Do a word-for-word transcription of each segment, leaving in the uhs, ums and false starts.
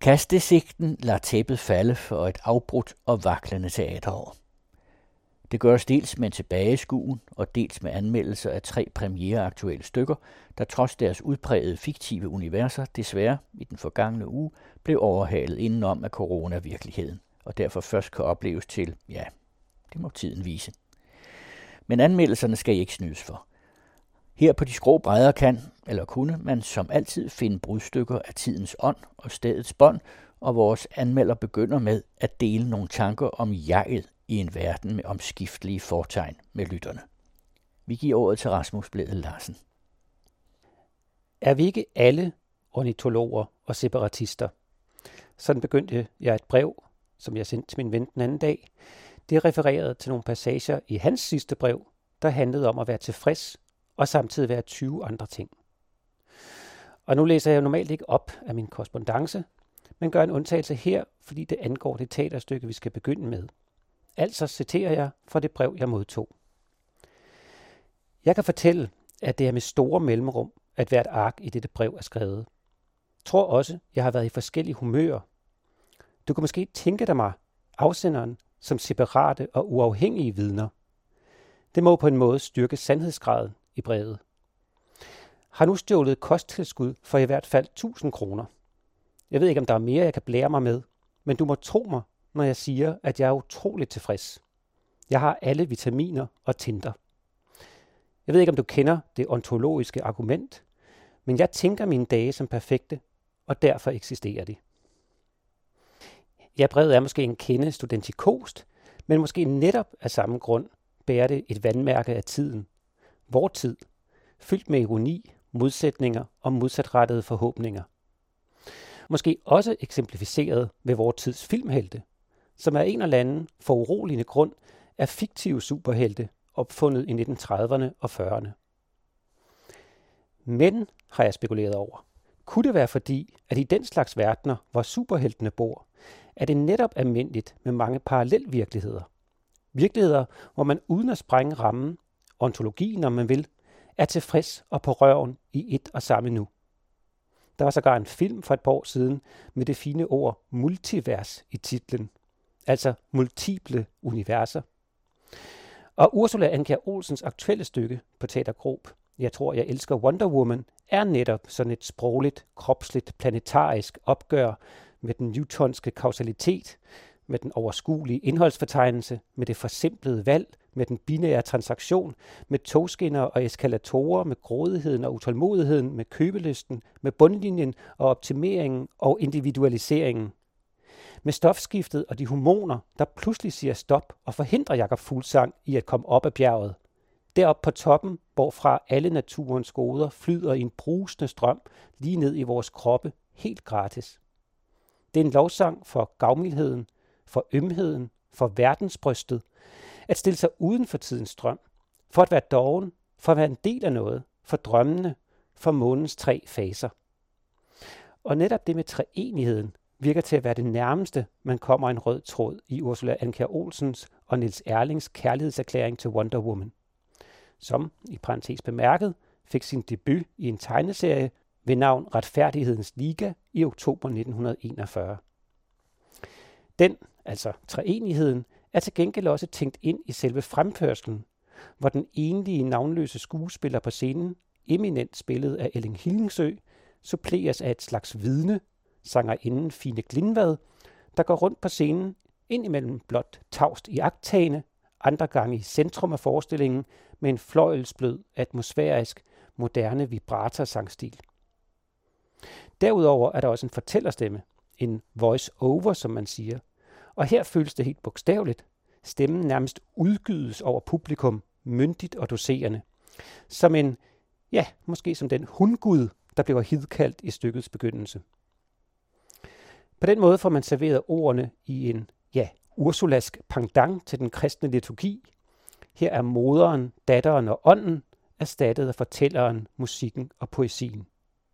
Kastesigten lader tæppet falde for et afbrudt og vaklende teaterår. Det gøres dels med en tilbageskuen og dels med anmeldelser af tre premiereaktuelle stykker, der trods deres udprægede fiktive universer desværre i den forgangne uge blev overhalet indenom af coronavirkeligheden, og derfor først kan opleves til, ja, det må tiden vise. Men anmeldelserne skal I ikke snydes for. Her på de skrå brædder kan, eller kunne, man som altid finde brudstykker af tidens ånd og stedets bånd, og vores anmelder begynder med at dele nogle tanker om jeget i en verden med omskiftelige fortegn med lytterne. Vi giver ordet til Rasmus Blædel Larsen. Er vi ikke alle ornitologer og separatister? Sådan begyndte jeg et brev, som jeg sendte til min ven den anden dag. Det refererede til nogle passager i hans sidste brev, der handlede om at være tilfreds og samtidig være tyve andre ting. Og nu læser jeg normalt ikke op af min korrespondance, men gør en undtagelse her, fordi det angår det teaterstykke, vi skal begynde med. Altså citerer jeg fra det brev, jeg modtog. Jeg kan fortælle, at det er med store mellemrum, at hvert ark i dette brev er skrevet. Jeg tror også, jeg har været i forskellige humører. Du kan måske tænke dig mig, afsenderen, som separate og uafhængige vidner. Det må på en måde styrke sandhedsgraden i brevet. Har nu stjålet kosttilskud for i hvert fald tusind kroner. Jeg ved ikke, om der er mere, jeg kan blære mig med, men du må tro mig, når jeg siger, at jeg er utroligt tilfreds. Jeg har alle vitaminer og tinter. Jeg ved ikke, om du kender det ontologiske argument, men jeg tænker mine dage som perfekte, og derfor eksisterer de. Ja, brevet er måske en kende studentikost, men måske netop af samme grund bærer det et vandmærke af tiden. Vor tid, fyldt med ironi, modsætninger og modsatrettede forhåbninger. Måske også eksemplificeret ved vor tids filmhelte, som af en eller anden foruroligende grund er fiktive superhelte, opfundet i nitten trediverne og fyrrerne. Men, har jeg spekuleret over, kunne det være fordi, at i den slags verdener, hvor superheltene bor, er det netop almindeligt med mange parallelvirkeligheder. Virkeligheder, hvor man uden at sprænge rammen, ontologien om man vil, er tilfreds og på røven i et og samme nu. Der var sågar en film for et par år siden med det fine ord multivers i titlen, altså multiple universer. Og Ursula Andkjær Olsens aktuelle stykke på Teater Grob, Jeg tror, jeg elsker Wonder Woman, er netop sådan et sprogligt, kropsligt, planetarisk opgør med den newtonske kausalitet, med den overskuelige indholdsfortegnelse, med det forsimplede valg, med den binære transaktion, med togskinner og eskalatorer, med grådigheden og utålmodigheden, med købelysten, med bundlinjen og optimeringen og individualiseringen. Med stofskiftet og de hormoner, der pludselig siger stop og forhindrer Jakob Fuglsang i at komme op ad bjerget. Deroppe på toppen, hvorfra alle naturens goder flyder i en brusende strøm lige ned i vores kroppe, helt gratis. Det er en lovsang for gavmildheden, for ømheden, for verdensbrystet, at stille sig uden for tidens strøm, for at være doven, for at være en del af noget, for drømmene, for månens tre faser. Og netop det med treenigheden virker til at være det nærmeste, man kommer en rød tråd i Ursula Andkjær Olsens og Niels Erlings kærlighedserklæring til Wonder Woman, som, i parentes bemærket, fik sin debut i en tegneserie ved navn Retfærdighedens Liga i oktober nitten enogfyrre. Den, altså treenigheden, er til gengæld også tænkt ind i selve fremførslen, hvor den enlige navnløse skuespiller på scenen, eminent spillet af Elling Hillingsø, suppleres af et slags vidne, sangerinden Fine Glindvad, der går rundt på scenen, indimellem blot tavst i agttagende, andre gange i centrum af forestillingen, med en fløjelsblød, atmosfærisk, moderne vibratorsangstil. Derudover er der også en fortællerstemme, en voice-over, som man siger, og her føles det helt bogstaveligt. Stemmen nærmest udgydes over publikum, myndigt og doserende, som en, ja, måske som den hundgud, der blev hidkaldt i stykkets begyndelse. På den måde får man serveret ordene i en, ja, ursulask pendant til den kristne liturgi. Her er moderen, datteren og ånden erstattet af fortælleren, musikken og poesien.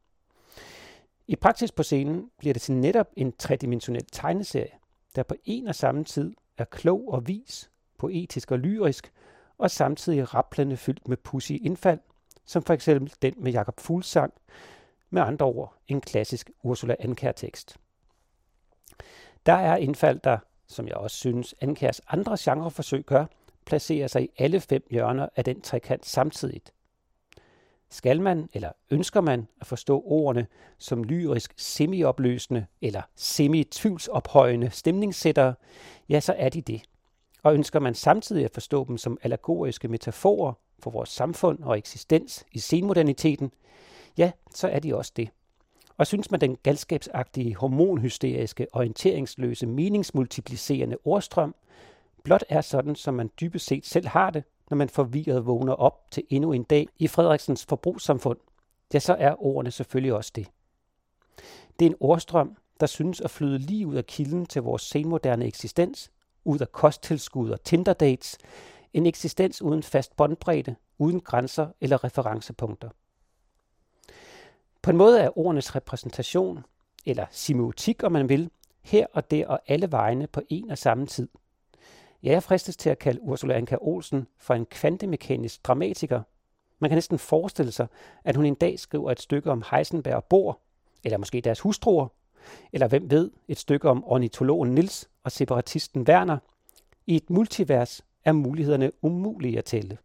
I praksis på scenen bliver det til netop en tredimensionel tegneserie, der på en og samme tid er klog og vis, poetisk og lyrisk, og samtidig rablende fyldt med pudsige indfald, som for eksempel den med Jakob Fuglsang, med andre ord en klassisk Ursula Andkjær-tekst. Der er indfald, der, som jeg også synes, Ankjærs andre genreforsøg gør, placerer sig i alle fem hjørner af den trekant samtidigt. Skal man, eller ønsker man, at forstå ordene som lyrisk semiopløsende eller semi-tvivlsophøjende stemningssættere, ja, så er de det. Og ønsker man samtidig at forstå dem som allegoriske metaforer for vores samfund og eksistens i senmoderniteten, ja, så er de også det. Og synes man den galskabsagtige, hormonhysteriske, orienteringsløse, meningsmultiplicerende ordstrøm blot er sådan, som man dybest set selv har det, når man forvirret vågner op til endnu en dag i Frederiksens forbrugssamfund, ja, så er ordene selvfølgelig også det. Det er en ordstrøm, der synes at flyde lige ud af kilden til vores senmoderne eksistens, ud af kosttilskud og Tinder-dates, en eksistens uden fast båndbredde, uden grænser eller referencepunkter. På en måde er ordenes repræsentation, eller semiotik om man vil, her og der og alle vegne på en og samme tid. Jeg fristes til at kalde Ursula Andkjær Olsen for en kvantemekanisk dramatiker. Man kan næsten forestille sig, at hun en dag skriver et stykke om Heisenberg og Bohr, eller måske deres hustruer, eller hvem ved, et stykke om ornitologen Niels og separatisten Werner. I et multivers er mulighederne umulige at tælle.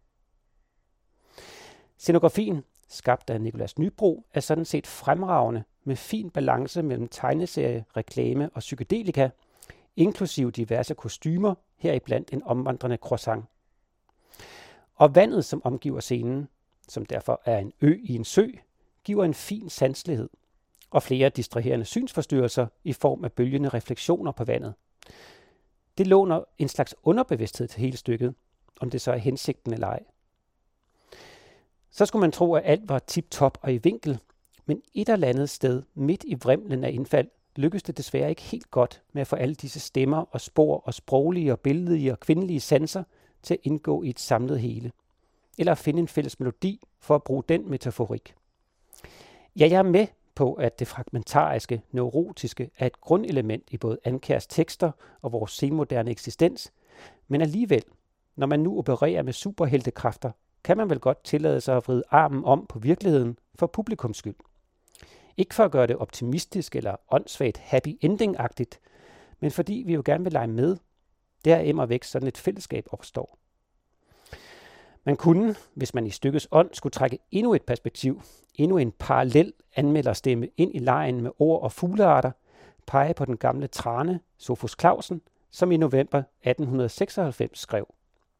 Scenografien, skabt af Nicolas Nybro, er sådan set fremragende med fin balance mellem tegneserie, reklame og psykedelika, inklusive diverse kostymer, heriblandt en omvandrende croissant. Og vandet, som omgiver scenen, som derfor er en ø i en sø, giver en fin sanselighed, og flere distraherende synsforstyrrelser i form af bølgende refleksioner på vandet. Det låner en slags underbevidsthed til hele stykket, om det så er hensigten eller ej. Så skulle man tro, at alt var tip-top og i vinkel, men et eller andet sted midt i vrimlen af indfald lykkedes det desværre ikke helt godt med at få alle disse stemmer og spor og sproglige og billedlige og kvindelige sanser til at indgå i et samlet hele, eller at finde en fælles melodi for at bruge den metaforik. Ja, jeg er med på, at det fragmentariske, neurotiske er et grundelement i både Andkjærs tekster og vores senmoderne eksistens, men alligevel, når man nu opererer med superheltekræfter, kan man vel godt tillade sig at vride armen om på virkeligheden for publikums skyld. Ikke for at gøre det optimistisk eller åndssvagt happy ending-agtigt, men fordi vi jo gerne vil lege med. Der er immer væk sådan et fællesskab opstår. Man kunne, hvis man i stykkets ånd skulle trække endnu et perspektiv, endnu en parallel anmelderstemme ind i lejen med ord og fuglearter, pege på den gamle trane, Sophus Clausen, som i november atten seksoghalvfems skrev: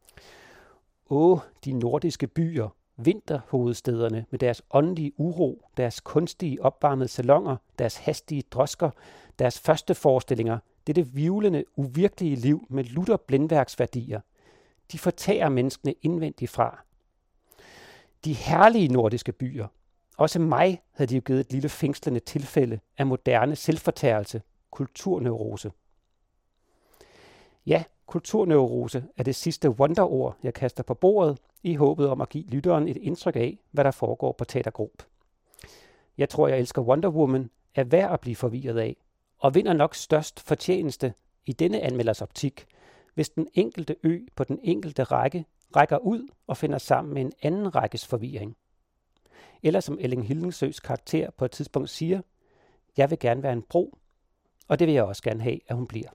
Åh, de nordiske byer, vinterhovedstederne med deres åndelige uro, deres kunstige opvarmede salonger, deres hastige drosker, deres første forestillinger, dette vivlende, uvirkelige liv med lutter blændværksværdier. De fortager menneskene indvendigt fra. De herlige nordiske byer. Også mig havde de jo givet et lille fængslende tilfælde af moderne selvfortærelse, kulturneurose. Ja, kulturneurose er det sidste wonderord, jeg kaster på bordet, i håbet om at give lytteren et indtryk af, hvad der foregår på Teater Grob. Jeg tror, jeg elsker Wonder Woman, er værd at blive forvirret af, og vinder nok størst fortjeneste i denne anmelders optik, hvis den enkelte ø på den enkelte række rækker ud og finder sammen med en anden rækkes forvirring. Eller som Elling Hillingsøs karakter på et tidspunkt siger, jeg vil gerne være en bro, og det vil jeg også gerne have, at hun bliver.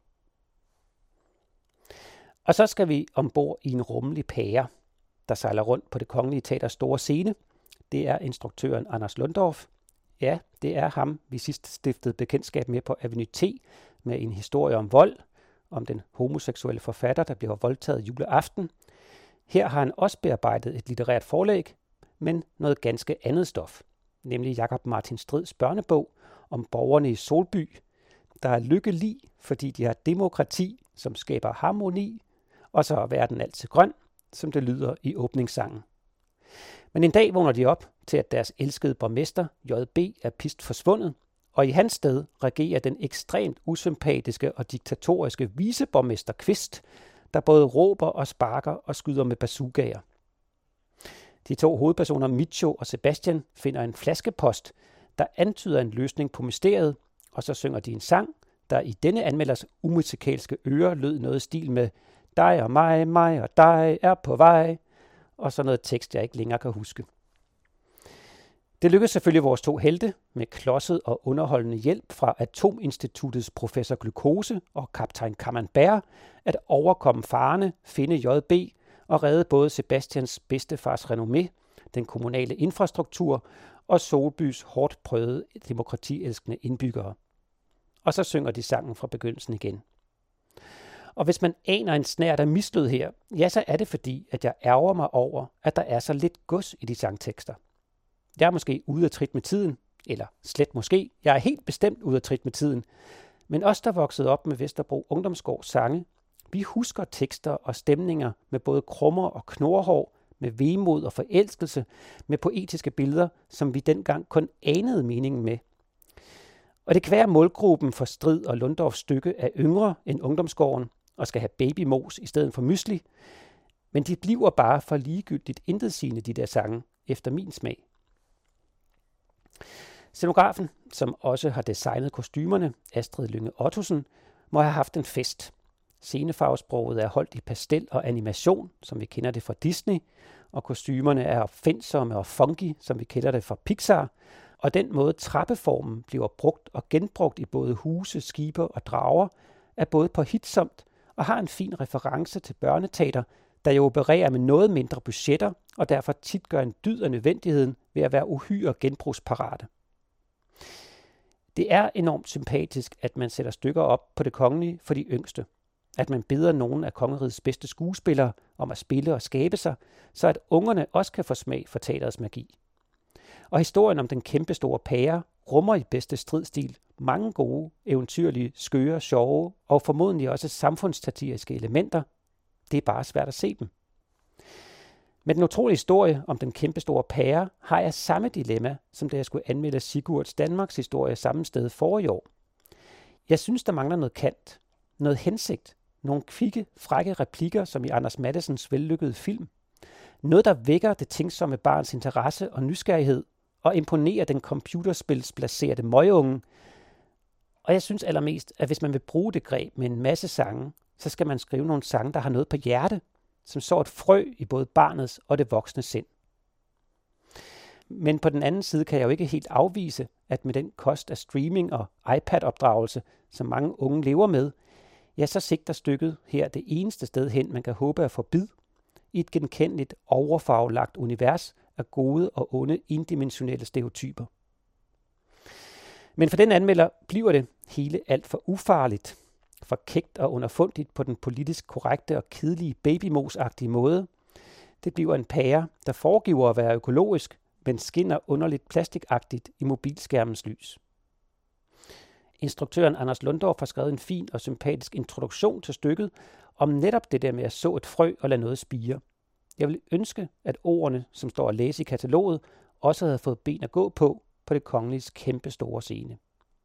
Og så skal vi ombord i en rummelig pære, der sejler rundt på Det Kongelige Teaters store scene. Det er instruktøren Anders Lundorf. Ja, det er ham, vi sidst stiftede bekendtskab med på Avenue T, med en historie om vold, om den homoseksuelle forfatter, der bliver voldtaget juleaften. Her har han også bearbejdet et litterært forlæg, men noget ganske andet stof, nemlig Jakob Martin Strids børnebog om borgerne i Solby, der er lykkelig, fordi de har demokrati, som skaber harmoni, og så er verden altid grøn, som det lyder i åbningssangen. Men en dag vågner de op til, at deres elskede borgmester, J B, er pist forsvundet, og i hans sted regerer den ekstremt usympatiske og diktatoriske viceborgmester Kvist, der både råber og sparker og skyder med bazookaer. De to hovedpersoner, Micho og Sebastian, finder en flaskepost, der antyder en løsning på mysteriet, og så synger de en sang, der i denne anmelders umusikalske ører lød noget stil med dig og mig, mig og dig er på vej, og så noget tekst, jeg ikke længere kan huske. Det lykkedes selvfølgelig vores to helte med klodset og underholdende hjælp fra Atominstituttets professor Glukose og kaptajn Camembert at overkomme farerne, finde J B og redde både Sebastians bedstefars renommé, den kommunale infrastruktur og Solbys hårdt prøvede demokratielskende indbyggere. Og så synger de sangen fra begyndelsen igen. Og hvis man aner en snært af mislyd her, ja, så er det fordi, at jeg ærger mig over, at der er så lidt gods i de sangtekster. Jeg er måske ude af trit med tiden, eller slet måske, jeg er helt bestemt ude af trit med tiden, men os, der voksede op med Vesterbro Ungdomsgårds sange, vi husker tekster og stemninger med både krummer og knorhår, med vemod og forelskelse, med poetiske billeder, som vi dengang kun anede meningen med. Og det kan være, at målgruppen for Strid og Lundorfs stykke er yngre end Ungdomsgården og skal have babymos i stedet for mysli, men de bliver bare for ligegyldigt intetsigende, de der sange, efter min smag. Scenografen, som også har designet kostymerne, Astrid Lynge Ottosen, må have haft en fest. Scenefarvesproget er holdt i pastel og animation, som vi kender det fra Disney, og kostymerne er opfindsomme og funky, som vi kender det fra Pixar, og den måde trappeformen bliver brugt og genbrugt i både huse, skibe og drager, er både påhitsomt og har en fin reference til børneteater, der jo opererer med noget mindre budgetter, og derfor tit gør en dyd af nødvendigheden ved at være uhyre genbrugsparate. Det er enormt sympatisk, at man sætter stykker op på Det Kongelige for de yngste. At man beder nogen af kongerigets bedste skuespillere om at spille og skabe sig, så at ungerne også kan få smag for teaterets magi. Og historien om den kæmpestore pære rummer i bedste stridstil mange gode, eventyrlige, skøre, sjove og formodentlig også samfundssatiriske elementer. Det er bare svært at se dem. Med den utrolige historie om den kæmpestore pære har jeg samme dilemma, som da jeg skulle anmelde Sigurds Danmarks historie samme sted forrige år. Jeg synes, der mangler noget kant, noget hensigt, nogle kvikke, frække replikker, som i Anders Mattesens vellykkede film. Noget, der vækker det tænksomme barns interesse og nysgerrighed, og imponerer den computerspilsplacerede møgunge. Og jeg synes allermest, at hvis man vil bruge det greb med en masse sange, så skal man skrive nogle sange, der har noget på hjerte, som så et frø i både barnets og det voksne sind. Men på den anden side kan jeg jo ikke helt afvise, at med den kost af streaming og iPad-opdragelse, som mange unge lever med, ja, så sigter stykket her det eneste sted hen, man kan håbe at få bid, i et genkendeligt overfarvelagt univers af gode og onde indimensionelle stereotyper. Men for den anmelder bliver det hele alt for ufarligt, for kægt og underfundigt på den politisk korrekte og kedelige babymos-agtige måde. Det bliver en pære, der foregiver at være økologisk, men skinner underligt plastikagtigt i mobilskærmens lys. Instruktøren Anders Lundorf har skrevet en fin og sympatisk introduktion til stykket om netop det der med at så et frø og lade noget spire. Jeg vil ønske, at ordene, som står at læse i kataloget, også havde fået ben at gå på på Det Kongeliges kæmpe store scene.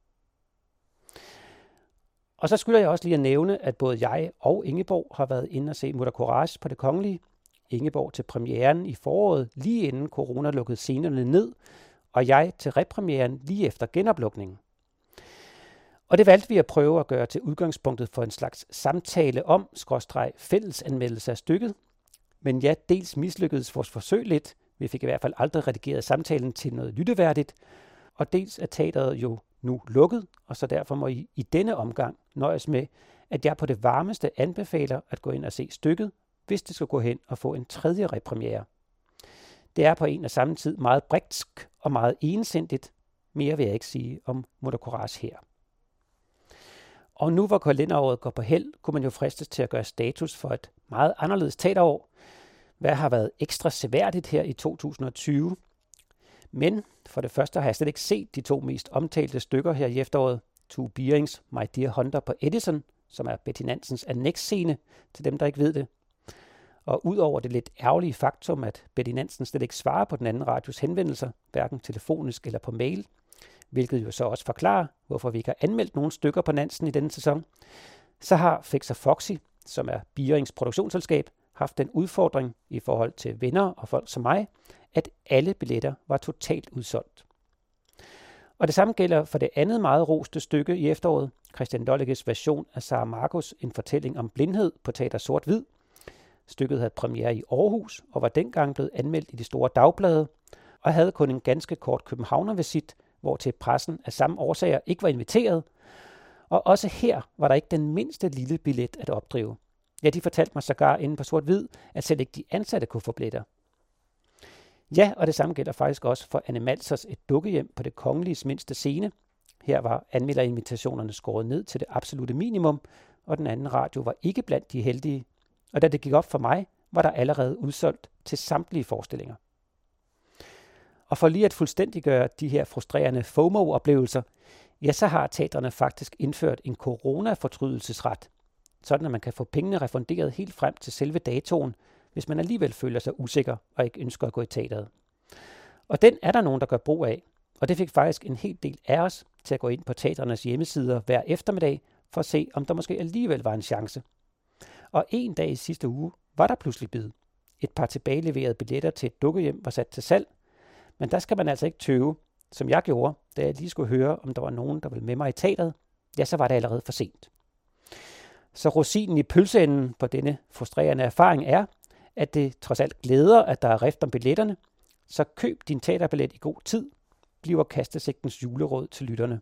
Og så skylder jeg også lige at nævne, at både jeg og Ingeborg har været inde og se Mutter Courage på Det Kongelige. Ingeborg til premieren i foråret, lige inden corona lukkede scenerne ned, og jeg til repremieren lige efter genoplukningen. Og det valgte vi at prøve at gøre til udgangspunktet for en slags samtale om, skråstreg fællesanmeldelse af stykket. Men ja, dels mislykkedes vores forsøg lidt, vi fik i hvert fald aldrig redigeret samtalen til noget lytteværdigt, og dels er teateret jo nu lukket, og så derfor må I i denne omgang nøjes med, at jeg på det varmeste anbefaler at gå ind og se stykket, hvis det skal gå hen og få en tredje repremiere. Det er på en og samme tid meget brigtsk og meget ensindigt. Mere vil jeg ikke sige om Mutter Courage her. Og nu hvor kalenderåret går på held, kunne man jo fristes til at gøre status for et meget anderledes teaterår. Hvad har været ekstra seværdigt her i to tusind og tyve? Men for det første har jeg slet ikke set de to mest omtalte stykker her i efteråret. Tue Bierings My Dear Hunter på Edison, som er Betty Nansens annexscene, til dem, der ikke ved det. Og udover det lidt ærgerlige faktum, at Betty Nansen slet ikke svarer på den anden radios henvendelser, hverken telefonisk eller på mail, hvilket jo så også forklarer, hvorfor vi ikke har anmeldt nogle stykker på Nansen i denne sæson, så har Fix og Foxy, som er Bierings produktionsselskab, haft den udfordring i forhold til venner og folk som mig, at alle billetter var totalt udsolgt. Og det samme gælder for det andet meget roste stykke i efteråret, Christian Lollekes version af Sara Marcos En fortælling om blindhed på Teater Sort-Hvid. Stykket havde premiere i Aarhus og var dengang blevet anmeldt i de store dagblade, og havde kun en ganske kort københavnervisit, hvor til pressen af samme årsager ikke var inviteret. Og også her var der ikke den mindste lille billet at opdrive. Ja, de fortalte mig sågar inde på sort-hvid, at selv ikke de ansatte kunne få billetter. Ja, og det samme gælder faktisk også for Anne Malsers Et dukkehjem på Det Kongeliges mindste scene. Her var anmelderinvitationerne skåret ned til det absolute minimum, og den anden radio var ikke blandt de heldige. Og da det gik op for mig, var der allerede udsolgt til samtlige forestillinger. Og for lige at fuldstændiggøre de her frustrerende FOMO-oplevelser, ja, så har teatrene faktisk indført en corona-fortrydelsesret, sådan at man kan få pengene refunderet helt frem til selve datoen, hvis man alligevel føler sig usikker og ikke ønsker at gå i teateret. Og den er der nogen, der gør brug af, og det fik faktisk en hel del af os til at gå ind på teatrenes hjemmesider hver eftermiddag for at se, om der måske alligevel var en chance. Og en dag i sidste uge var der pludselig bid. Et par tilbageleverede billetter til Et dukkehjem var sat til salg, men der skal man altså ikke tøve, som jeg gjorde, da jeg lige skulle høre, om der var nogen, der ville med mig i teateret. Ja, så var det allerede for sent. Så rosinen i pølseenden på denne frustrerende erfaring er, at det trods alt glæder, at der er rift om billetterne, så køb din teaterbillet i god tid, bliver kastesigtens juleråd til lytterne.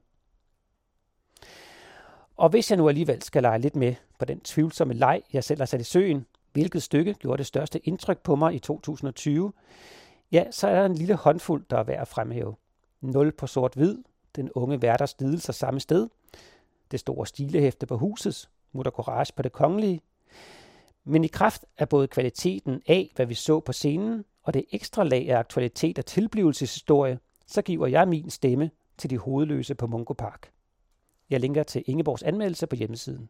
Og hvis jeg nu alligevel skal lege lidt med på den tvivlsomme leg, jeg selv har sat i søen, hvilket stykke gjorde det største indtryk på mig i to tusind og tyve, ja, så er der en lille håndfuld, der er værd at fremhæve. Nul på sort-hvid, Den unge værters lidelser samme sted, Det store stilehæfte på Husets, Mutter Courage på Det Kongelige. Men i kraft af både kvaliteten af, hvad vi så på scenen, og det ekstra lag af aktualitet og tilblivelseshistorie, så giver jeg min stemme til De hovedløse på Mungo Park. Jeg linker til Ingeborgs anmeldelse på hjemmesiden.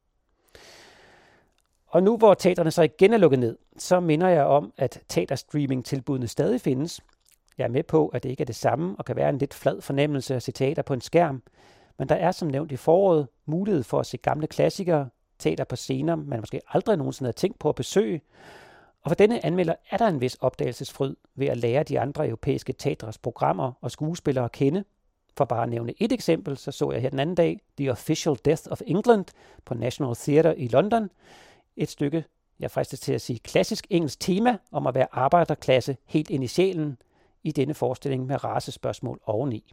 Og nu hvor teaterne så igen er lukket ned, så minder jeg om, at teaterstreaming-tilbudene stadig findes. Jeg er med på, at det ikke er det samme og kan være en lidt flad fornemmelse at se teater på en skærm, men der er som nævnt i foråret mulighed for at se gamle klassikere, teater på scener, man måske aldrig nogensinde har tænkt på at besøge. Og for denne anmelder er der en vis opdagelsesfryd ved at lære de andre europæiske teatres programmer og skuespillere at kende. For bare at nævne et eksempel, så så jeg her den anden dag The Official Death of England på National Theatre i London. Et stykke, jeg fristes til at sige, klassisk engelsk tema om at være arbejderklasse helt ind i sjælen i denne forestilling med racespørgsmål oveni.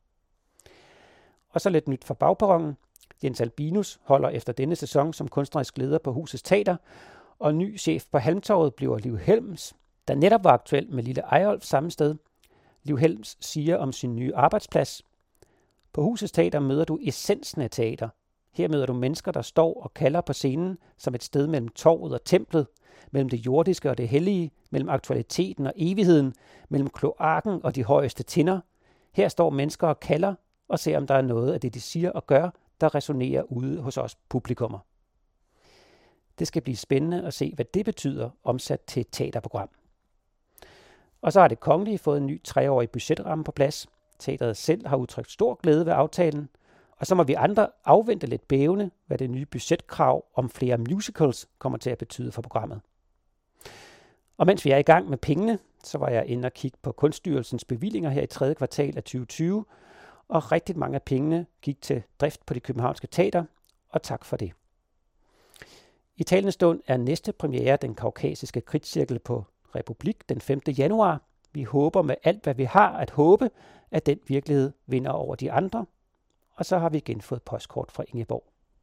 Og så lidt nyt fra bagperronen. Jens Albinus holder efter denne sæson som kunstnerisk leder på Husets Teater, og ny chef på Halmtorvet bliver Liv Helms, der netop var aktuel med Lille Ejolf samme sted. Liv Helms siger om sin nye arbejdsplads: På Husets Teater møder du essensen af teater. Her møder du mennesker, der står og kalder på scenen som et sted mellem torvet og templet, mellem det jordiske og det hellige, mellem aktualiteten og evigheden, mellem kloakken og de højeste tinder. Her står mennesker og kalder og ser, om der er noget af det, de siger og gør, der resonerer ude hos os publikummer. Det skal blive spændende at se, hvad det betyder omsat til et teaterprogram. Og så har Det Kongelige fået en ny treårig budgetramme på plads. Teateret selv har udtrykt stor glæde ved aftalen, og så må vi andre afvente lidt bævende, hvad det nye budgetkrav om flere musicals kommer til at betyde for programmet. Og mens vi er i gang med pengene, så var jeg inde og kigge på Kunststyrelsens bevillinger her i tredje kvartal af tyve tyve, og rigtig mange af pengene gik til drift på de københavnske teater, og tak for det. I talende stund er næste premiere Den Kaukasiske Kridtcirkel på Republik den femte januar. Vi håber med alt, hvad vi har at håbe, at den virkelighed vinder over de andre. Og så har vi igen fået postkort fra Ingeborg.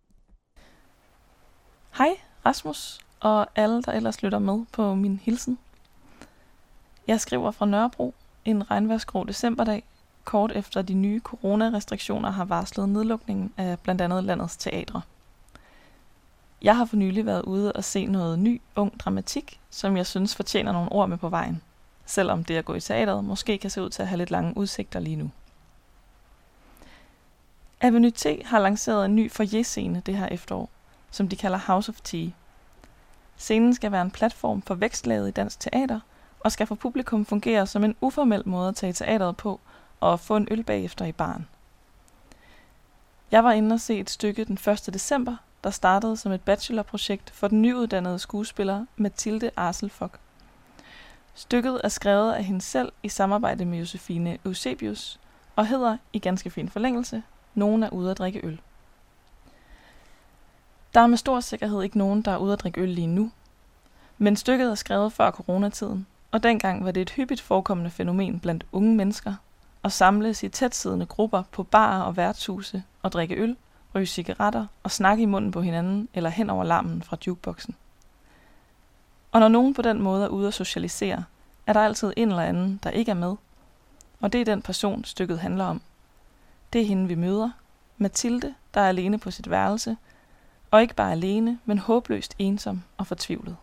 Hej Rasmus og alle, der ellers lytter med på min hilsen. Jeg skriver fra Nørrebro en regnværsgrå decemberdag, kort efter de nye coronarestriktioner har varslet nedlukningen af blandt andet landets teatre. Jeg har for nylig været ude og se noget ny, ung dramatik, som jeg synes fortjener nogle ord med på vejen, selvom det at gå i teateret måske kan se ud til at have lidt lange udsigter lige nu. Avenue T har lanceret en ny foyerscene det her efterår, som de kalder House of Tea. Scenen skal være en platform for vækstlaget i dansk teater, og skal for publikum fungere som en uformel måde at tage teateret på og få en øl bagefter i baren. Jeg var inde og se et stykke den første december, der startede som et bachelorprojekt for den nyuddannede skuespiller Mathilde Arselfock. Stykket er skrevet af hende selv i samarbejde med Josefine Eusebius, og hedder i ganske fin forlængelse Nogen er ude at drikke øl. Der er med stor sikkerhed ikke nogen, der er ude at drikke øl lige nu, men stykket er skrevet før coronatiden, og dengang var det et hyppigt forekommende fænomen blandt unge mennesker at samles i tætsiddende grupper på barer og værtshuse og drikke øl, ryge cigaretter og snakke i munden på hinanden eller hen over larmen fra jukeboxen. Og når nogen på den måde er ude at socialisere, er der altid en eller anden, der ikke er med, og det er den person, stykket handler om. Det er hende, vi møder, Mathilde, der er alene på sit værelse, og ikke bare alene, men håbløst ensom og fortvivlet.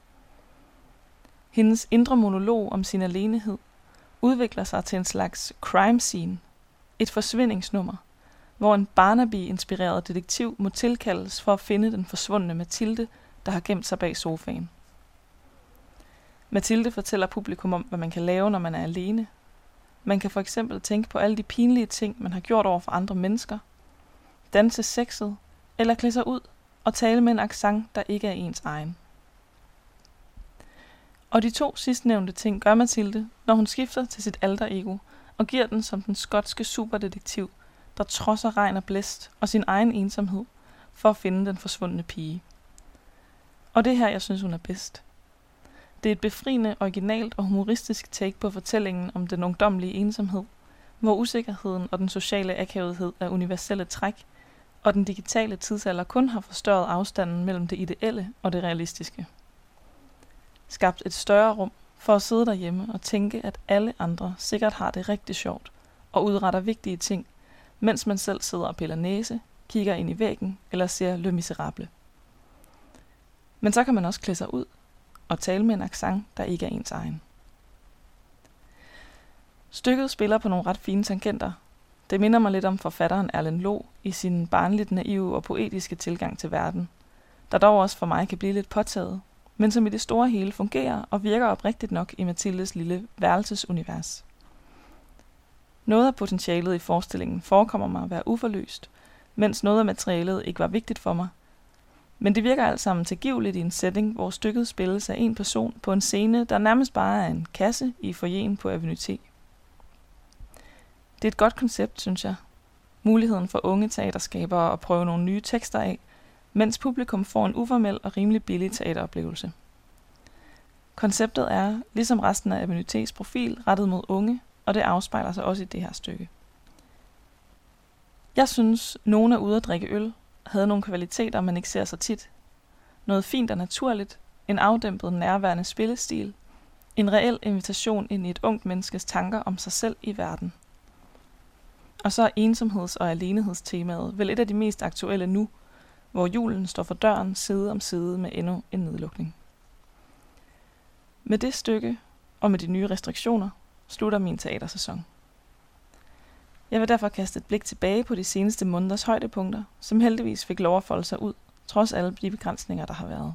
Hendes indre monolog om sin alenehed udvikler sig til en slags crime scene, et forsvindingsnummer, hvor en Barnaby-inspireret detektiv må tilkaldes for at finde den forsvundne Mathilde, der har gemt sig bag sofaen. Mathilde fortæller publikum om, hvad man kan lave, når man er alene. Man kan for eksempel tænke på alle de pinlige ting, man har gjort over for andre mennesker, danse sexet, eller klæde sig ud og tale med en accent, der ikke er ens egen. Og de to sidstnævnte ting gør Mathilde, når hun skifter til sit alter ego og giver den som den skotske superdetektiv, der trodser regn og blæst og sin egen ensomhed for at finde den forsvundne pige. Og det her, jeg synes, hun er bedst. Det er et befriende, originalt og humoristisk take på fortællingen om den ungdomlige ensomhed, hvor usikkerheden og den sociale akavethed er universelle træk, og den digitale tidsalder kun har forstørret afstanden mellem det ideelle og det realistiske. Skabt et større rum for at sidde derhjemme og tænke, at alle andre sikkert har det rigtig sjovt og udretter vigtige ting, mens man selv sidder og piller næse, kigger ind i væggen eller ser Le Miserable. Men så kan man også klæde sig ud og tale med en accent, der ikke er ens egen. Stykket spiller på nogle ret fine tangenter. Det minder mig lidt om forfatteren Erlend Loe i sin barnligt naive og poetiske tilgang til verden, der dog også for mig kan blive lidt påtaget, men som i det store hele fungerer og virker oprigtigt nok i Mathildes lille værelsesunivers. Noget af potentialet i forestillingen forekommer mig at være uforløst, mens noget af materialet ikke var vigtigt for mig. Men det virker alt sammen tilgiveligt i en setting, hvor stykket spilles af en person på en scene, der nærmest bare er en kasse i foyeren på Avenue T. Det er et godt koncept, synes jeg. Muligheden for unge teaterskabere at prøve nogle nye tekster af, mens publikum får en uformel og rimelig billig teateroplevelse. Konceptet er, ligesom resten af Avenue T's profil, rettet mod unge, og det afspejler sig også i det her stykke. Jeg synes, nogen er ude at drikke øl, havde nogle kvaliteter, man ikke ser så tit. Noget fint og naturligt, en afdæmpet, nærværende spillestil, en reel invitation ind i et ungt menneskes tanker om sig selv i verden. Og så er ensomheds- og aleneghedstemaet vel et af de mest aktuelle nu, hvor julen står for døren side om side med endnu en nedlukning. Med det stykke, og med de nye restriktioner, slutter min teatersæson. Jeg vil derfor kaste et blik tilbage på de seneste måneders højdepunkter, som heldigvis fik lov at folde sig ud, trods alle de begrænsninger, der har været.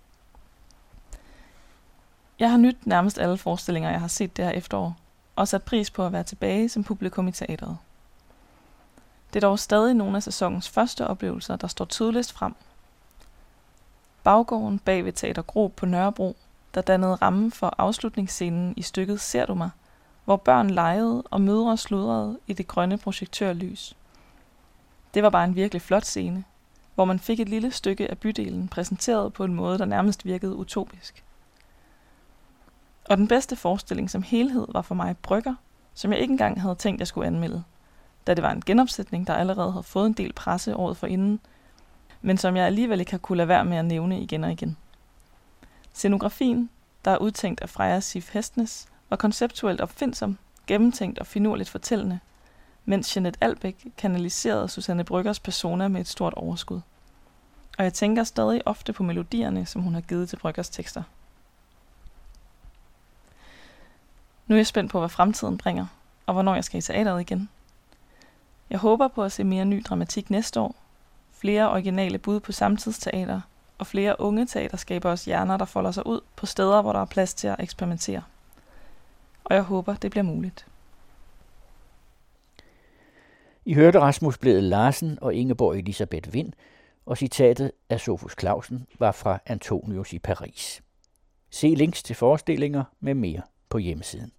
Jeg har nydt nærmest alle forestillinger, jeg har set det her efterår, og sat pris på at være tilbage som publikum i teateret. Det er dog stadig nogle af sæsonens første oplevelser, der står tydeligst frem. Baggården bag ved Teater Grob på Nørrebro, der dannede rammen for afslutningsscenen i stykket Ser du mig, hvor børn legede og mødre sludrede i det grønne projektørlys. Det var bare en virkelig flot scene, hvor man fik et lille stykke af bydelen præsenteret på en måde, der nærmest virkede utopisk. Og den bedste forestilling som helhed var for mig Brygger, som jeg ikke engang havde tænkt, jeg skulle anmelde, da det var en genopsætning, der allerede havde fået en del presse året forinden, men som jeg alligevel ikke har kunne lade være med at nævne igen og igen. Scenografien, der er udtænkt af Freja Sif Hestnes, var konceptuelt opfindsom, gennemtænkt og finurligt fortællende, mens Jeanette Albeck kanaliserede Susanne Bryggers persona med et stort overskud. Og jeg tænker stadig ofte på melodierne, som hun har givet til Bryggers tekster. Nu er jeg spændt på, hvad fremtiden bringer, og hvornår jeg skal i teateret igen. Jeg håber på at se mere ny dramatik næste år, flere originale bud på samtidsteater, og flere unge teaterskaberes hjerner, der folder sig ud på steder, hvor der er plads til at eksperimentere. Og jeg håber, det bliver muligt. I hørte Rasmus Blædel Larsen og Ingeborg Elisabeth Vind, og citatet af Sofus Clausen var fra Antonius i Paris. Se links til forestillinger med mere på hjemmesiden.